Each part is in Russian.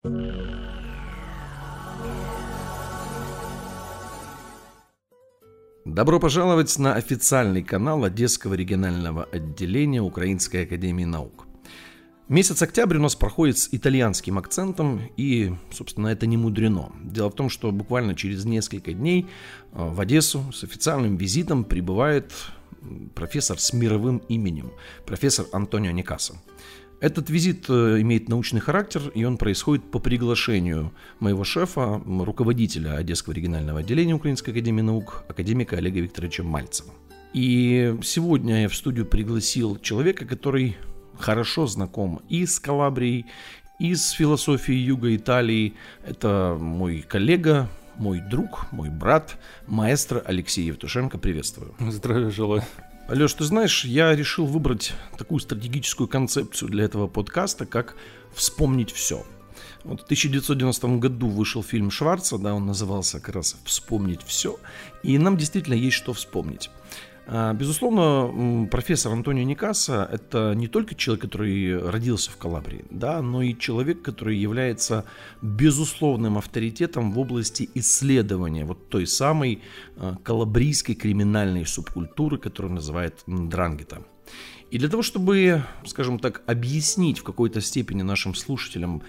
Добро пожаловать на официальный канал Одесского регионального отделения Украинской академии наук. Месяц октябрь у нас проходит с итальянским акцентом, и, собственно, это не мудрено. Дело в том, что буквально через несколько дней в Одессу с официальным визитом прибывает профессор с мировым именем, профессор Антонио Никаса. Этот визит имеет научный характер, и он происходит по приглашению моего шефа, руководителя Одесского регионального отделения Украинской академии наук, академика Олега Викторовича Мальцева. И сегодня я в студию пригласил человека, который хорошо знаком и с Калабрией, и с философией Юга Италии. Это мой коллега, мой друг, мой брат, маэстро Алексей Евтушенко. Приветствую. Здравия желаю. Алеш, ты знаешь, я решил выбрать такую стратегическую концепцию для этого подкаста, как «Вспомнить все». Вот в 1990 году вышел фильм Шварца, да, он назывался как раз «Вспомнить все», и нам действительно есть что вспомнить. Безусловно, профессор Антонио Никаса – это не только человек, который родился в Калабрии, да, но и человек, который является безусловным авторитетом в области исследования вот той самой калабрийской криминальной субкультуры, которую называют ндрангета. И для того, чтобы, скажем так, объяснить в какой-то степени нашим слушателям,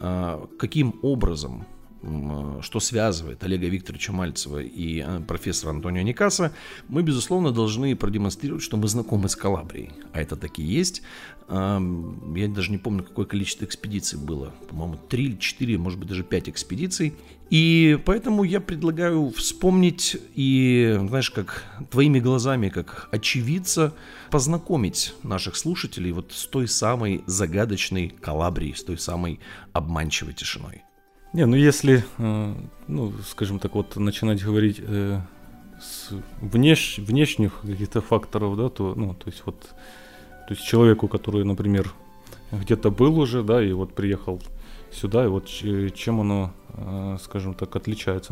каким образом, что связывает Олега Викторовича Мальцева и профессора Антонио Никаса, мы, безусловно, должны продемонстрировать, что мы знакомы с Калабрией. А это так и есть. Я даже не помню, какое количество экспедиций было. По-моему, 3 или 4, может быть, даже 5 экспедиций. И поэтому я предлагаю вспомнить и, знаешь, как твоими глазами, как очевидца, познакомить наших слушателей вот с той самой загадочной Калабрией, с той самой обманчивой тишиной. Не, ну если, скажем так, вот начинать говорить с внешних каких-то факторов, да, то есть человеку, который, например, где-то был уже, да, и вот приехал сюда, и вот чем оно, скажем так, отличается.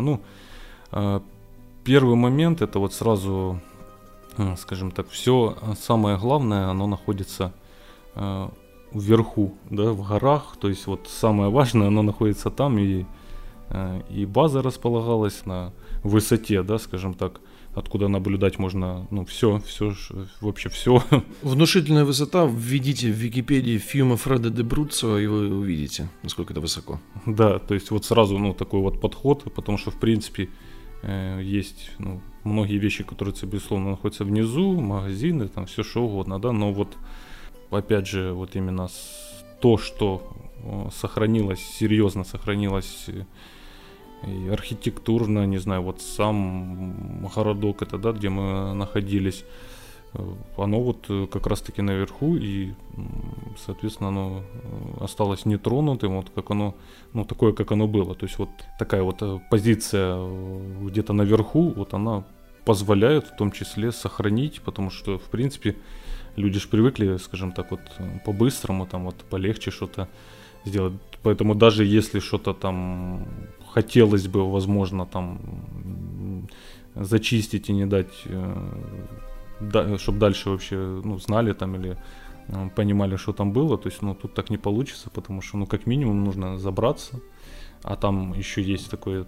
Первый момент, это вот сразу, скажем так, все самое главное, оно находится вверху, да, в горах, то есть вот самое важное, оно находится там, и база располагалась на высоте, да, скажем так, откуда наблюдать можно, все, вообще все. Внушительная высота, введите в Википедии Фьюма Фреда де Бруццо, и вы увидите, насколько это высоко. Да, то есть вот сразу, такой вот подход, потому что, в принципе, есть, многие вещи, которые, безусловно, находятся внизу, магазины, там все что угодно, да, но вот опять же, вот именно то, что сохранилось, серьезно сохранилось и архитектурно, не знаю, вот сам городок это, да, где мы находились, оно вот как раз-таки наверху, и, соответственно, оно осталось нетронутым, вот как оно, такое, как оно было. То есть вот такая вот позиция где-то наверху, вот она позволяет в том числе сохранить, потому что, в принципе, люди же привыкли, скажем так, вот по-быстрому, там вот полегче что-то сделать. Поэтому даже если что-то там хотелось бы, возможно, там зачистить и не дать, чтобы дальше вообще, знали там или понимали, что там было, то есть, тут так не получится, потому что, как минимум нужно забраться, а там еще есть такое,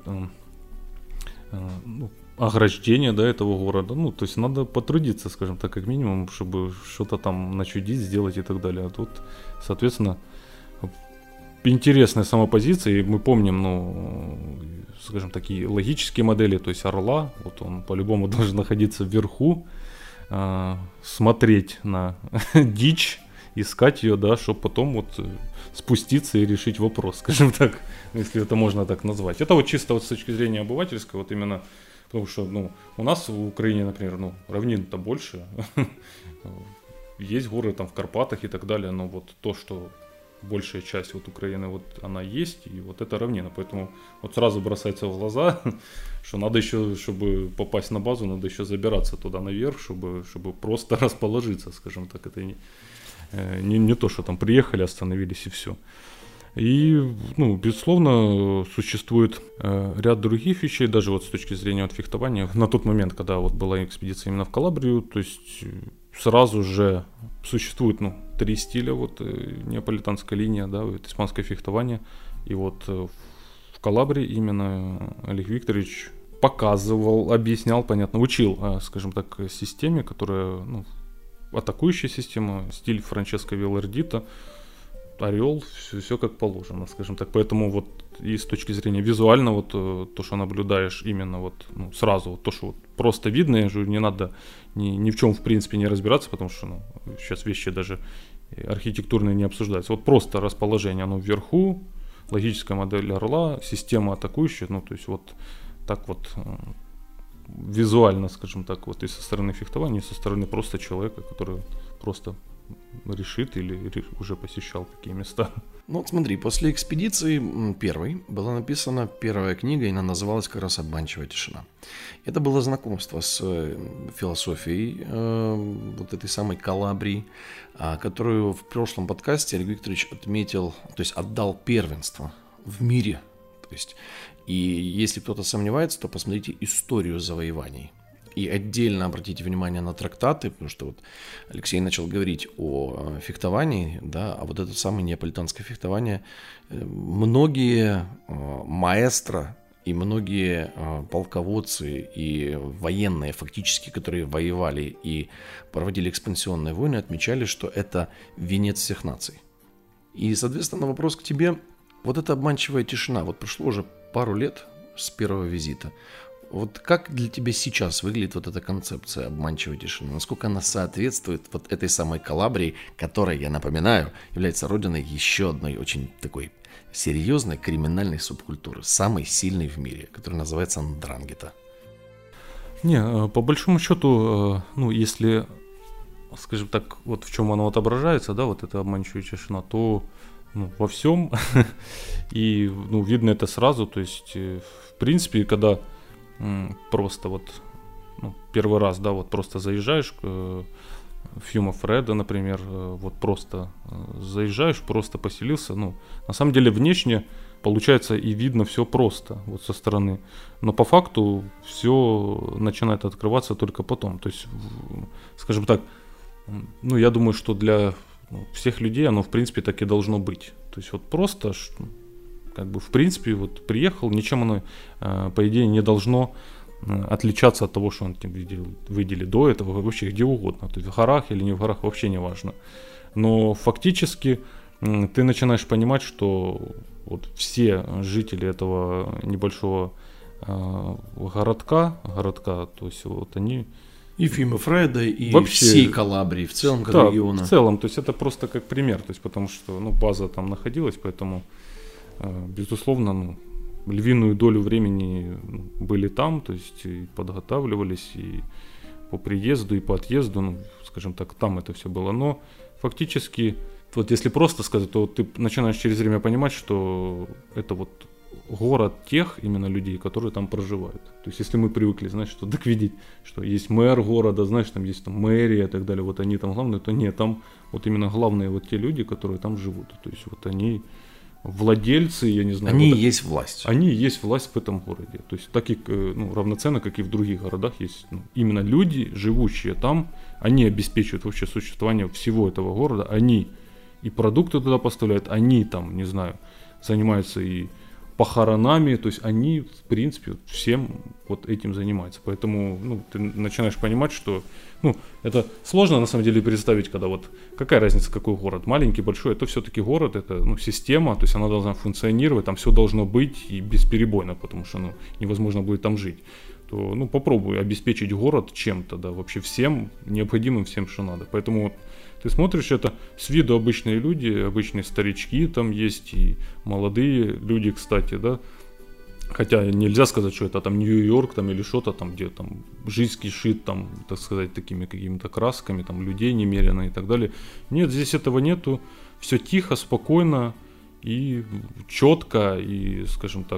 ограждение, да, этого города, то есть надо потрудиться, скажем так, как минимум, чтобы что-то там начудить, сделать и так далее. А тут, соответственно, интересная сама позиция, и мы помним, скажем, такие логические модели, то есть орла, вот он по-любому должен находиться вверху, смотреть на дичь, искать ее, да, чтобы потом вот спуститься и решить вопрос, скажем так, если это можно так назвать. Это вот чисто вот с точки зрения обывательской, вот именно. Потому что, у нас в Украине, например, равнин-то больше, есть горы там в Карпатах и так далее, но вот то, что большая часть вот Украины, вот она есть, и вот это равнина, поэтому вот сразу бросается в глаза, что надо еще, чтобы попасть на базу, надо еще забираться туда наверх, чтобы просто расположиться, скажем так, это не то, что там приехали, остановились и все. И, безусловно, существует ряд других вещей, даже вот с точки зрения вот фехтования. На тот момент, когда вот была экспедиция именно в Калабрию, то есть сразу же существует 3 стиля, вот неаполитанская линия, да, вот, испанское фехтование, И вот в Калабрии именно Олег Викторович показывал, объяснял, понятно, учил, скажем так, системе, которая, ну, атакующая система, стиль Франческо Вилардита, орел, все как положено, скажем так. Поэтому вот и с точки зрения визуально, вот то, что наблюдаешь именно вот, ну, сразу, вот то, что вот просто видно, я же не надо ни в чем в принципе не разбираться, потому что, ну, сейчас вещи даже архитектурные не обсуждаются. Вот просто расположение, оно вверху, логическая модель орла, система атакующая, ну, то есть вот так вот визуально, скажем так, вот и со стороны фехтования, и со стороны просто человека, который просто решит или уже посещал такие места. Ну вот смотри, после экспедиции первой была написана первая книга, и она называлась как раз «Обманчивая тишина». Это было знакомство с философией вот этой самой Калабрии, которую в прошлом подкасте Олег Викторович отметил, то есть отдал первенство в мире. То есть, и если кто-то сомневается, то посмотрите историю завоеваний. И отдельно обратите внимание на трактаты, потому что вот Алексей начал говорить о фехтовании, да, а вот это самое неаполитанское фехтование, многие маэстро и многие полководцы и военные фактически, которые воевали и проводили экспансионные войны, отмечали, что это венец всех наций. И, соответственно, вопрос к тебе, вот эта обманчивая тишина, вот прошло уже пару лет с первого визита. Вот как для тебя сейчас выглядит вот эта концепция обманчивой тишины? Насколько она соответствует вот этой самой Калабрии, которая, я напоминаю, является родиной еще одной очень такой серьезной криминальной субкультуры, самой сильной в мире, которая называется Ндрангета? Не, по большому счету, ну, если, скажем так, вот в чем оно отображается, да, вот эта обманчивая тишина, то, ну, во всем, и, ну, видно это сразу, то есть, в принципе, когда просто вот, ну, первый раз, да, вот просто заезжаешь в Фьюма Фреда, например, вот просто заезжаешь, просто поселился, ну, на самом деле внешне получается и видно все просто, вот со стороны, но по факту все начинает открываться только потом, то есть, скажем так, ну, я думаю, что для всех людей оно, в принципе, так и должно быть, то есть вот просто, как бы, в принципе, вот приехал, ничем оно, по идее, не должно отличаться от того, что он видели до этого, вообще где угодно, то есть в горах или не в горах, вообще не важно. Но фактически ты начинаешь понимать, что вот все жители этого небольшого городка, то есть вот они... И Фьюма Фреда, и вообще, всей Калабрии, в целом как да, региона. В целом, то есть это просто как пример, то есть потому что, ну, база там находилась, поэтому... Безусловно, ну, львиную долю времени были там, то есть и подготавливались и по приезду, и по отъезду, ну, скажем так, там это все было. Но фактически, вот если просто сказать, то ты начинаешь через время понимать, что это вот город тех именно людей, которые там проживают. То есть если мы привыкли, знаешь, что так видеть, что есть мэр города, знаешь, там есть там мэрия и так далее, вот они там главные, то нет, там вот именно главные вот те люди, которые там живут. То есть вот они... владельцы, я не знаю. Они вот, есть власть. Они есть власть в этом городе. То есть так и, ну, равноценно, как и в других городах, есть, ну, именно люди, живущие там, они обеспечивают вообще существование всего этого города, они и продукты туда поставляют, они там, не знаю, занимаются и похоронами, то есть они, в принципе, всем вот этим занимаются. Поэтому, ну, ты начинаешь понимать, что, ну, это сложно на самом деле представить, когда вот какая разница, какой город, маленький, большой, это все-таки город, это, ну, система, то есть она должна функционировать, там все должно быть и бесперебойно, потому что, ну, невозможно будет там жить. То, ну, попробуй обеспечить город чем-то, да, вообще всем необходимым, всем, что надо. Поэтому вот ты смотришь, это с виду обычные люди, обычные старички там есть и молодые люди, кстати, да. Хотя нельзя сказать, что это там Нью-Йорк там или что-то там, где там жизнь кишит там, так сказать, такими какими-то красками, там людей немерено и так далее. Нет, здесь этого нету. Все тихо, спокойно и четко, и, скажем так,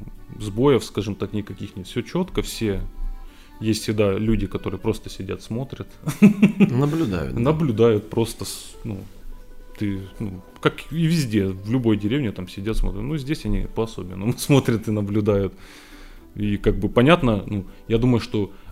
сбоев, скажем так, никаких нет. Все четко, все... Есть всегда люди, которые просто сидят, смотрят. Наблюдают. Да. Наблюдают просто, ну, ты, ну, как и везде, в любой деревне там сидят, смотрят. Ну, здесь они по-особенному смотрят и наблюдают. И как бы понятно, ну, я думаю, что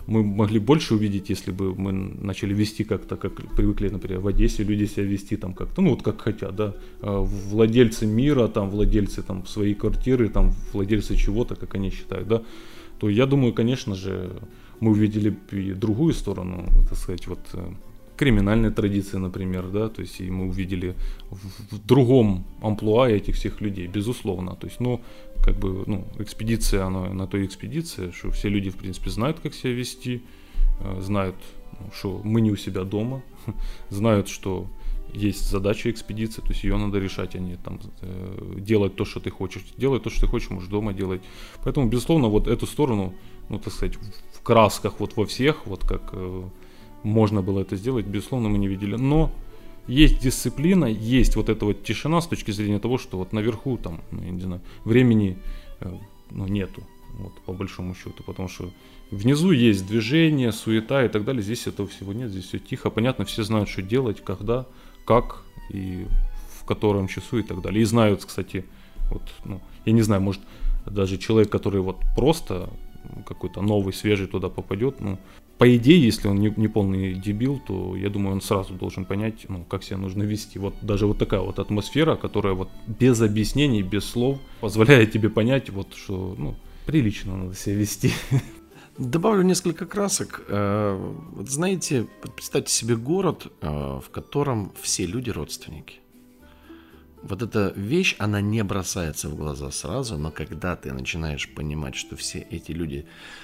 мы могли больше увидеть, если бы мы начали вести как-то, как привыкли, например, в Одессе люди себя вести там как-то, ну вот как хотят, да, владельцы мира, там, владельцы там своей квартиры, там, владельцы чего-то, как они считают, да, то я думаю, конечно же, мы увидели и другую сторону, так сказать, вот криминальной традиции, например, да, то есть и мы увидели в другом амплуа этих всех людей, безусловно, то есть, ну, как бы, ну, экспедиция, она на то и экспедиция, что все люди, в принципе, знают, как себя вести, знают, что мы не у себя дома, знают, что есть задача экспедиции, то есть ее надо решать, а не там делать то, что ты хочешь. Делать то, что ты хочешь, можешь дома делать. Поэтому, безусловно, вот эту сторону, ну, так сказать, в красках вот во всех, вот как можно было это сделать, безусловно, мы не видели. Но есть дисциплина, есть вот эта вот тишина с точки зрения того, что вот наверху там, ну, я не знаю, времени ну, нету, вот, по большому счету, потому что внизу есть движение, суета и так далее, здесь этого всего нет, здесь все тихо, понятно, все знают, что делать, когда, как и в котором часу и так далее. И знают, кстати, вот, ну, я не знаю, может, даже человек, который вот просто какой-то новый, свежий туда попадет, ну, по идее, если он не полный дебил, то я думаю, он сразу должен понять, ну, как себя нужно вести. Вот даже вот такая вот атмосфера, которая вот без объяснений, без слов позволяет тебе понять, вот, что, ну, прилично надо себя вести. Добавлю несколько красок. Вот знаете, представьте себе город, в котором все люди родственники. Вот эта вещь, она не бросается в глаза сразу, но когда ты начинаешь понимать, что все эти люди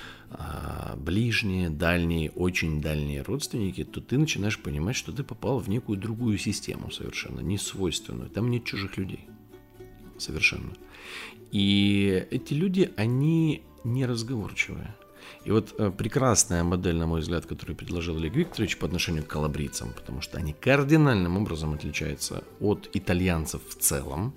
ближние, дальние, очень дальние родственники, то ты начинаешь понимать, что ты попал в некую другую систему совершенно, не свойственную. Там нет чужих людей. Совершенно. И эти люди, они неразговорчивые. И вот прекрасная модель, на мой взгляд, которую предложил Олег Викторович по отношению к калабрийцам, потому что они кардинальным образом отличаются от итальянцев в целом,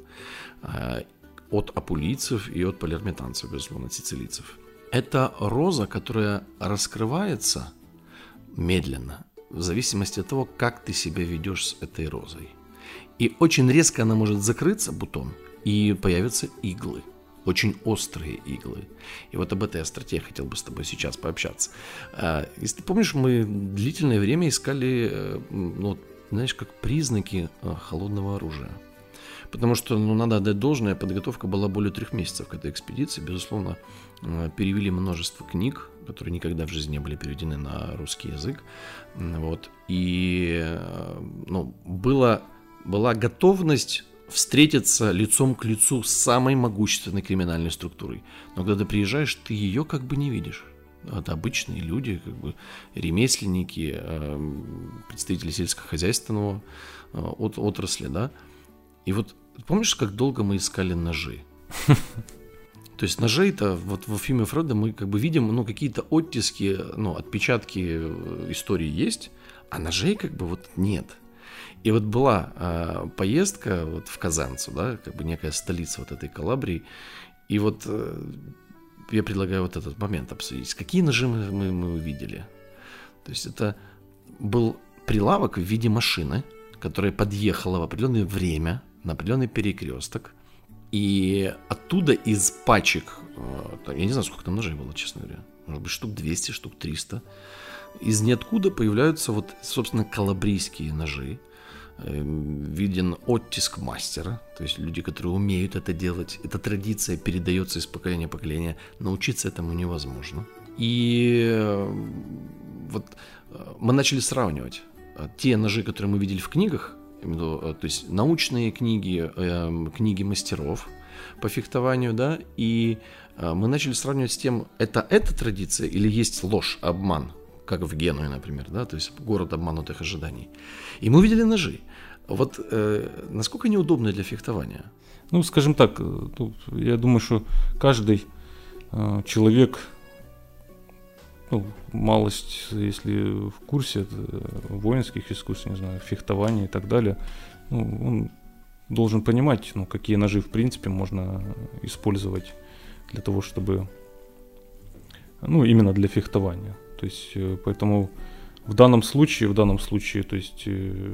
от апулийцев и от палермитанцев, безусловно, от сицилийцев. Это роза, которая раскрывается медленно, в зависимости от того, как ты себя ведешь с этой розой. И очень резко она может закрыться, бутон, и появятся иглы. Очень острые иглы. И вот об этой остроте я хотел бы с тобой сейчас пообщаться. Если ты помнишь, мы длительное время искали, ну, знаешь, как признаки холодного оружия. Потому что, ну, надо отдать должное, подготовка была более 3 месяцев к этой экспедиции. Безусловно, перевели множество книг, которые никогда в жизни не были переведены на русский язык. Вот. И, ну, была готовность встретиться лицом к лицу с самой могущественной криминальной структурой. Но когда ты приезжаешь, ты ее как бы не видишь. Это обычные люди, как бы ремесленники, представители сельскохозяйственного отрасли, да. И вот помнишь, как долго мы искали ножи? То есть ножей-то вот в фильме Фреда мы как бы видим, ну, какие-то оттиски, ну, отпечатки истории есть, а ножей как бы вот нет. И вот была поездка вот в Казанцу, да, как бы некая столица вот этой Калабрии. И вот я предлагаю вот этот момент обсудить. Какие ножи мы увидели? То есть это был прилавок в виде машины, которая подъехала в определенное время на определенный перекресток. И оттуда из пачек, я не знаю, сколько там ножей было, честно говоря, может быть, штук 200, штук 300, из ниоткуда появляются вот, собственно, калабрийские ножи. Виден оттиск мастера, то есть люди, которые умеют это делать. Эта традиция передается из поколения в поколение. Научиться этому невозможно. И вот мы начали сравнивать те ножи, которые мы видели в книгах, то есть научные книги, книги мастеров по фехтованию, да, и мы начали сравнивать с тем, это традиция или есть ложь, обман, как в Генуе, например, да, то есть город обманутых ожиданий. И мы увидели ножи. Вот насколько они удобны для фехтования? Ну, скажем так, я думаю, что каждый человек, ну, малость, если в курсе воинских искусств, не знаю, фехтования и так далее, ну, он должен понимать, ну, какие ножи, в принципе, можно использовать для того, чтобы, ну, именно для фехтования. То есть, поэтому в данном случае, то есть,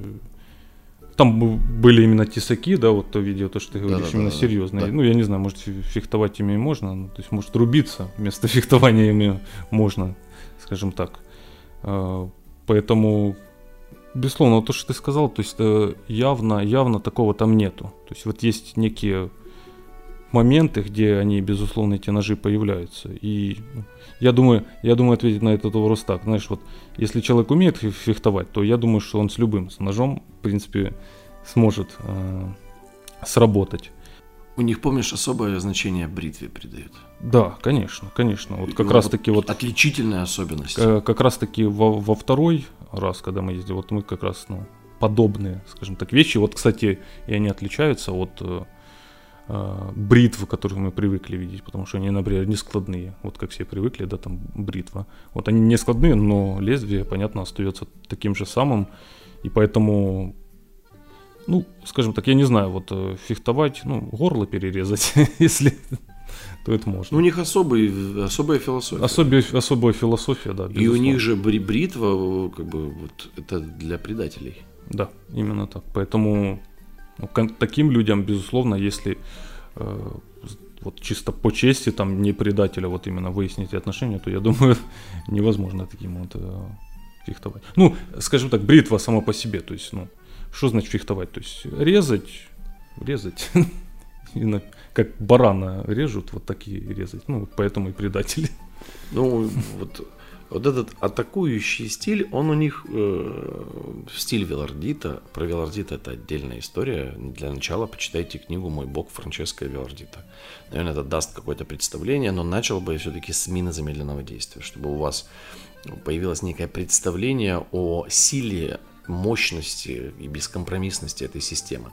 там были именно тесаки, да, вот то видео, то, что ты говоришь, именно серьезные. Да. Ну, я не знаю, может, фехтовать ими можно, ну, то есть, может, рубиться вместо фехтования ими можно, скажем так. Поэтому, безусловно, то, что ты сказал, то есть явно такого там нету. То есть вот есть некие моменты, где они, безусловно, эти ножи появляются. И я думаю ответить на этот вопрос так. Знаешь, вот если человек умеет фехтовать, то я думаю, что он с любым с ножом, в принципе, сможет сработать. У них, помнишь, особое значение бритве придают? Да, конечно. Вот как раз таки вот отличительная особенность. Как раз таки во второй раз, когда мы ездили, вот мы как раз подобные, скажем так, вещи. Вот, кстати, и они отличаются от бритв, которых мы привыкли видеть, потому что они, например, не складные. Вот как все привыкли, да, там бритва. Вот они не складные, но лезвие, понятно, остается таким же самым, и поэтому, скажем так, я не знаю, вот фехтовать, горло перерезать, если, то это можно. У них особая философия. Особая философия, да. Безусловно. И у них же бритва, как бы, вот это для предателей. Да, именно так. Поэтому таким людям, безусловно, если вот чисто по чести, там, не предателя, вот именно выяснить отношения, то я думаю, невозможно таким вот фехтовать. Скажем так, бритва сама по себе, то есть, что значит фехтовать? То есть резать, как барана режут, вот так и резать. Поэтому и предатели. Вот этот атакующий стиль, он у них стиль Вилардита. Про Вилардита это отдельная история. Для начала почитайте книгу «Мой бог» Франческо Вилардита. Наверное, это даст какое-то представление, но начал бы все-таки с мины замедленного действия, чтобы у вас появилось некое представление о силе, мощности и бескомпромиссности этой системы.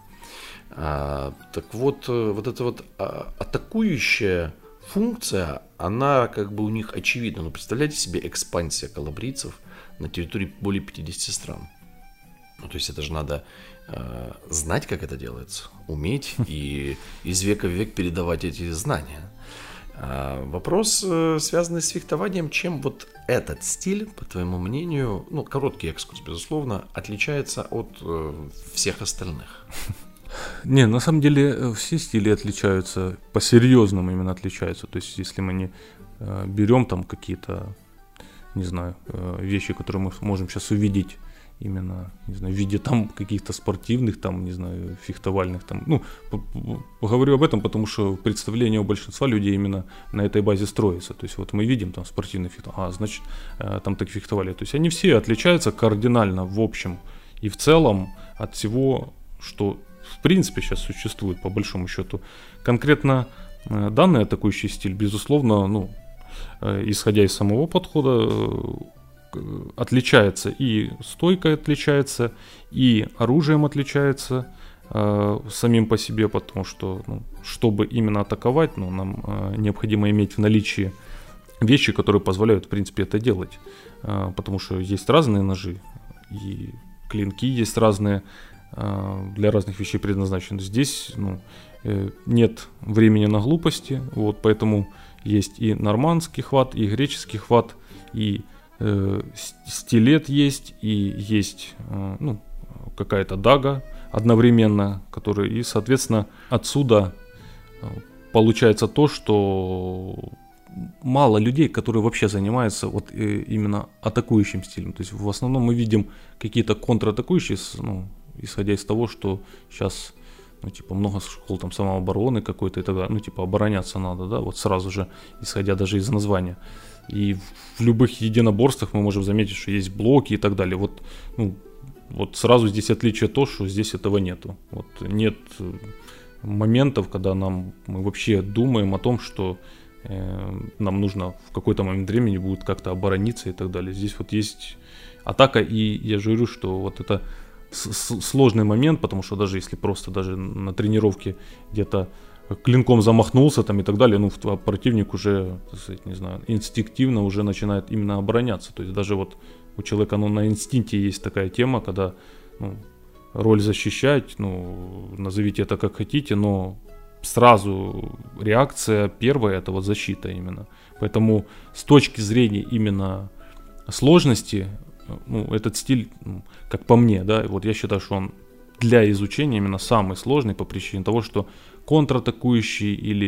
Так вот эта вот атакующая функция, она как бы у них очевидна. Представляете себе экспансия калабрийцев на территории более 50 стран. То есть это же надо знать, как это делается, уметь и из века в век передавать эти знания. Вопрос, связанный с фехтованием, чем вот этот стиль, по твоему мнению, короткий экскурс, безусловно, отличается от всех остальных? Не, на самом деле все стили отличаются, по-серьезному именно отличаются. То есть если мы не берем там какие-то, не знаю, вещи, которые мы можем сейчас увидеть именно, не знаю, в виде там каких-то спортивных, там, не знаю, фехтовальных, там, говорю об этом, потому что представление у большинства людей именно на этой базе строится. То есть вот мы видим там спортивный фехтовальный, значит, там так фехтовали. То есть они все отличаются кардинально в общем и в целом от всего, что в принципе сейчас существует, по большому счету. Конкретно данный атакующий стиль, безусловно, исходя из самого подхода, отличается и стойкой отличается, и оружием отличается самим по себе, потому что, чтобы именно атаковать, нам необходимо иметь в наличии вещи, которые позволяют, в принципе, это делать. Потому что есть разные ножи, и клинки есть разные, для разных вещей предназначены. Здесь нет времени на глупости, вот, поэтому есть и нормандский хват, и греческий хват, и стилет есть, и есть какая-то дага одновременно, которая, и, соответственно, отсюда получается то, что мало людей, которые вообще занимаются вот именно атакующим стилем. То есть в основном мы видим какие-то контратакующие, исходя из того, что сейчас, много школ там самообороны какой-то, и тогда, обороняться надо, да, вот сразу же, исходя даже из названия. И в любых единоборствах мы можем заметить, что есть блоки и так далее. Вот сразу здесь отличие то, что здесь этого нету. Вот нет моментов, когда мы вообще думаем о том, что нам нужно в какой-то момент времени будет как-то оборониться и так далее. Здесь вот есть атака, и я же говорю, что вот это сложный момент, потому что даже если просто даже на тренировке где-то клинком замахнулся там и так далее, противник уже, так сказать, не знаю, инстинктивно уже начинает именно обороняться. То есть даже вот у человека, на инстинкте есть такая тема, когда роль защищать, назовите это как хотите, но сразу реакция первая — это вот защита именно. Поэтому с точки зрения именно сложности, этот стиль, как по мне, да, вот я считаю, что он для изучения именно самый сложный по причине того, что контратакующий или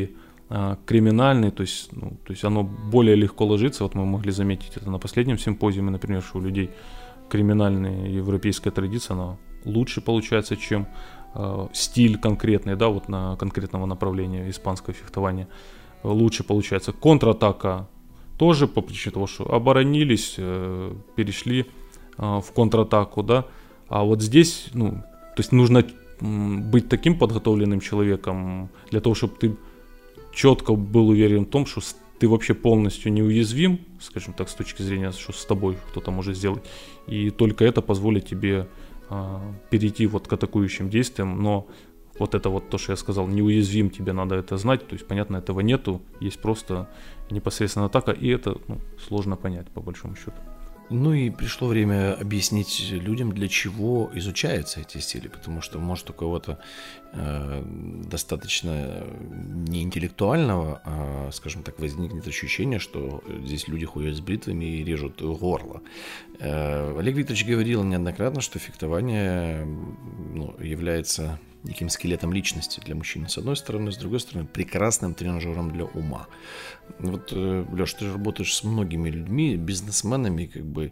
криминальный, то есть оно более легко ложится. Вот мы могли заметить это на последнем симпозиуме, например, что у людей криминальная европейская традиция, она лучше получается, чем стиль конкретный, да, вот на конкретного направления испанского фехтования. Лучше получается. Контратака тоже по причине того, что оборонились, перешли в контратаку, да. А вот здесь, то есть нужно быть таким подготовленным человеком для того, чтобы ты четко был уверен в том, что ты вообще полностью неуязвим, скажем так, с точки зрения, что с тобой кто-то может сделать. И только это позволит тебе перейти вот к атакующим действиям, но вот это вот то, что я сказал, неуязвим, тебе надо это знать, то есть, понятно, этого нету, есть просто непосредственно атака, и это сложно понять, по большому счету. Ну и пришло время объяснить людям, для чего изучаются эти стили, потому что, может, у кого-то достаточно неинтеллектуального, скажем так, возникнет ощущение, что здесь люди ходят с бритвами и режут горло. Олег Викторович говорил неоднократно, что фехтование является неким скелетом личности для мужчины, с одной стороны, с другой стороны, прекрасным тренажером для ума. Вот, Леш, ты же работаешь с многими людьми, бизнесменами,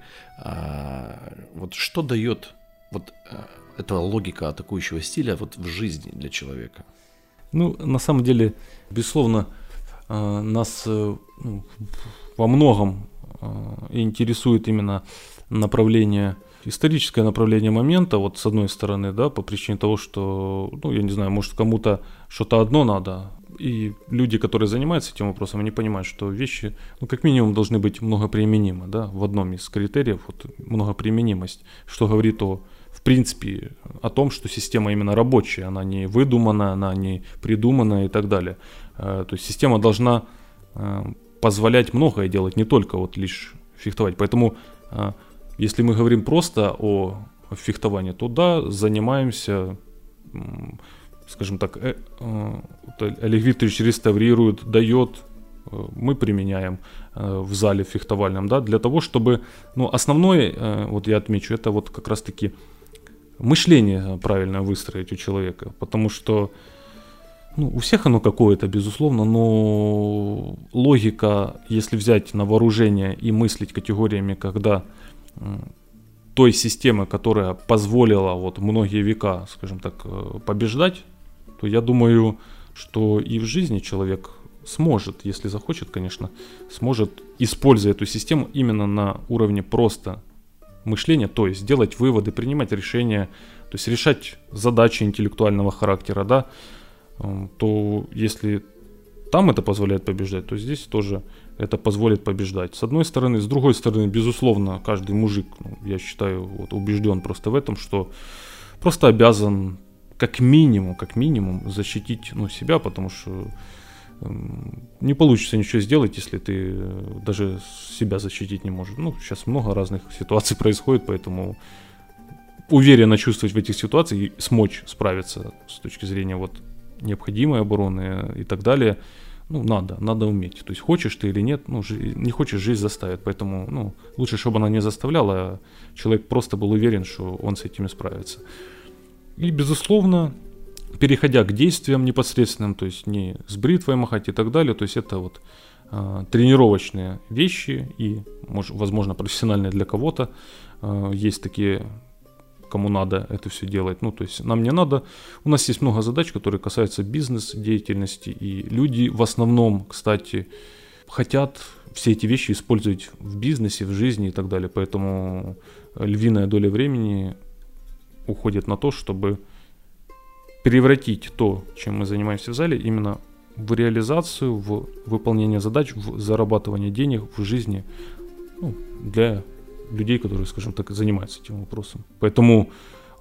вот что дает вот эта логика атакующего стиля вот в жизни для человека? На самом деле, безусловно, нас во многом интересует именно историческое направление момента, вот с одной стороны, да, по причине того, что, я не знаю, может кому-то что-то одно надо, и люди, которые занимаются этим вопросом, они понимают, что вещи, как минимум, должны быть многоприменимы, да, в одном из критериев, вот многоприменимость, что говорит в принципе, о том, что система именно рабочая, она не выдумана, она не придумана и так далее. То есть система должна позволять многое делать, не только вот лишь фехтовать. Поэтому если мы говорим просто о фехтовании, то да, занимаемся, скажем так, Олег Викторович реставрирует, дает, мы применяем в зале фехтовальном, да, для того, чтобы, основное, вот я отмечу, это вот как раз-таки мышление правильно выстроить у человека, потому что, у всех оно какое-то, безусловно, но логика, если взять на вооружение и мыслить категориями, когда той системы, которая позволила вот многие века, скажем так, побеждать, то я думаю, что и в жизни человек сможет, если захочет, конечно, сможет, используя эту систему именно на уровне просто мышления, то есть делать выводы, принимать решения, то есть решать задачи интеллектуального характера, да, то если там это позволяет побеждать, то здесь тоже это позволит побеждать. С одной стороны. С другой стороны, безусловно, каждый мужик, я считаю, вот, убежден просто в этом, что просто обязан как минимум защитить себя, потому что не получится ничего сделать, если ты даже себя защитить не можешь. Сейчас много разных ситуаций происходит, поэтому уверенно чувствовать в этих ситуациях и смочь справиться с точки зрения вот необходимой обороны и так далее, надо уметь. То есть хочешь ты или нет, не хочешь, жизнь заставит. Поэтому, лучше, чтобы она не заставляла, а человек просто был уверен, что он с этим справится. И, безусловно, переходя к действиям непосредственным, то есть не с бритвой махать и так далее, то есть это вот тренировочные вещи и, возможно, профессиональные для кого-то. Есть такие, кому надо это все делать. То есть нам не надо. У нас есть много задач, которые касаются бизнес-деятельности, и люди в основном, кстати, хотят все эти вещи использовать в бизнесе, в жизни и так далее. Поэтому львиная доля времени уходит на то, чтобы превратить то, чем мы занимаемся в зале, именно в реализацию, в выполнение задач, в зарабатывание денег в жизни для людей, которые, скажем так, занимаются этим вопросом. Поэтому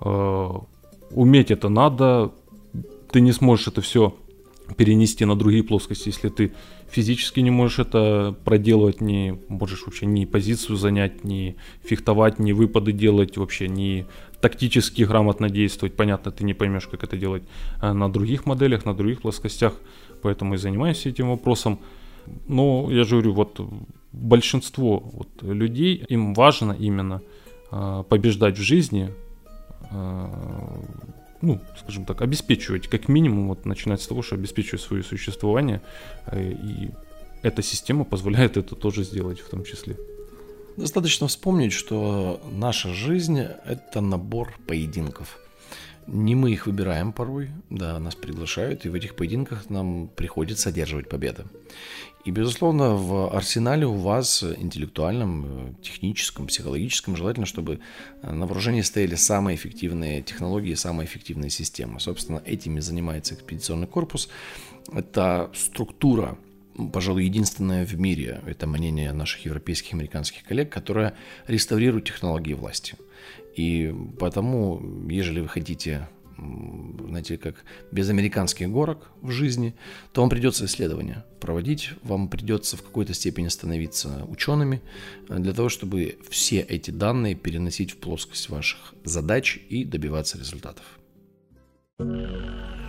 уметь это надо. Ты не сможешь это все перенести на другие плоскости, если ты физически не можешь это проделывать, не можешь вообще ни позицию занять, ни фехтовать, ни выпады делать, вообще ни тактически грамотно действовать. Понятно, ты не поймешь, как это делать на других моделях, на других плоскостях, поэтому и занимаюсь этим вопросом. Но я же говорю, вот большинство людей, им важно именно побеждать в жизни, ну, скажем так, обеспечивать, как минимум, вот начинать с того, что обеспечивать свое существование, и эта система позволяет это тоже сделать в том числе. Достаточно вспомнить, что наша жизнь – это набор поединков. Не мы их выбираем порой, да, нас приглашают, и в этих поединках нам приходится одерживать победы. И, безусловно, в арсенале у вас, интеллектуальном, техническом, психологическом, желательно, чтобы на вооружении стояли самые эффективные технологии, самые эффективные системы. Собственно, этими занимается экспедиционный корпус. Это структура, пожалуй, единственная в мире, это мнение наших европейских и американских коллег, которая реставрирует технологии власти. И потому, ежели вы хотите, знаете, как без американских горок в жизни, то вам придется исследования проводить, вам придется в какой-то степени становиться учеными для того, чтобы все эти данные переносить в плоскость ваших задач и добиваться результатов.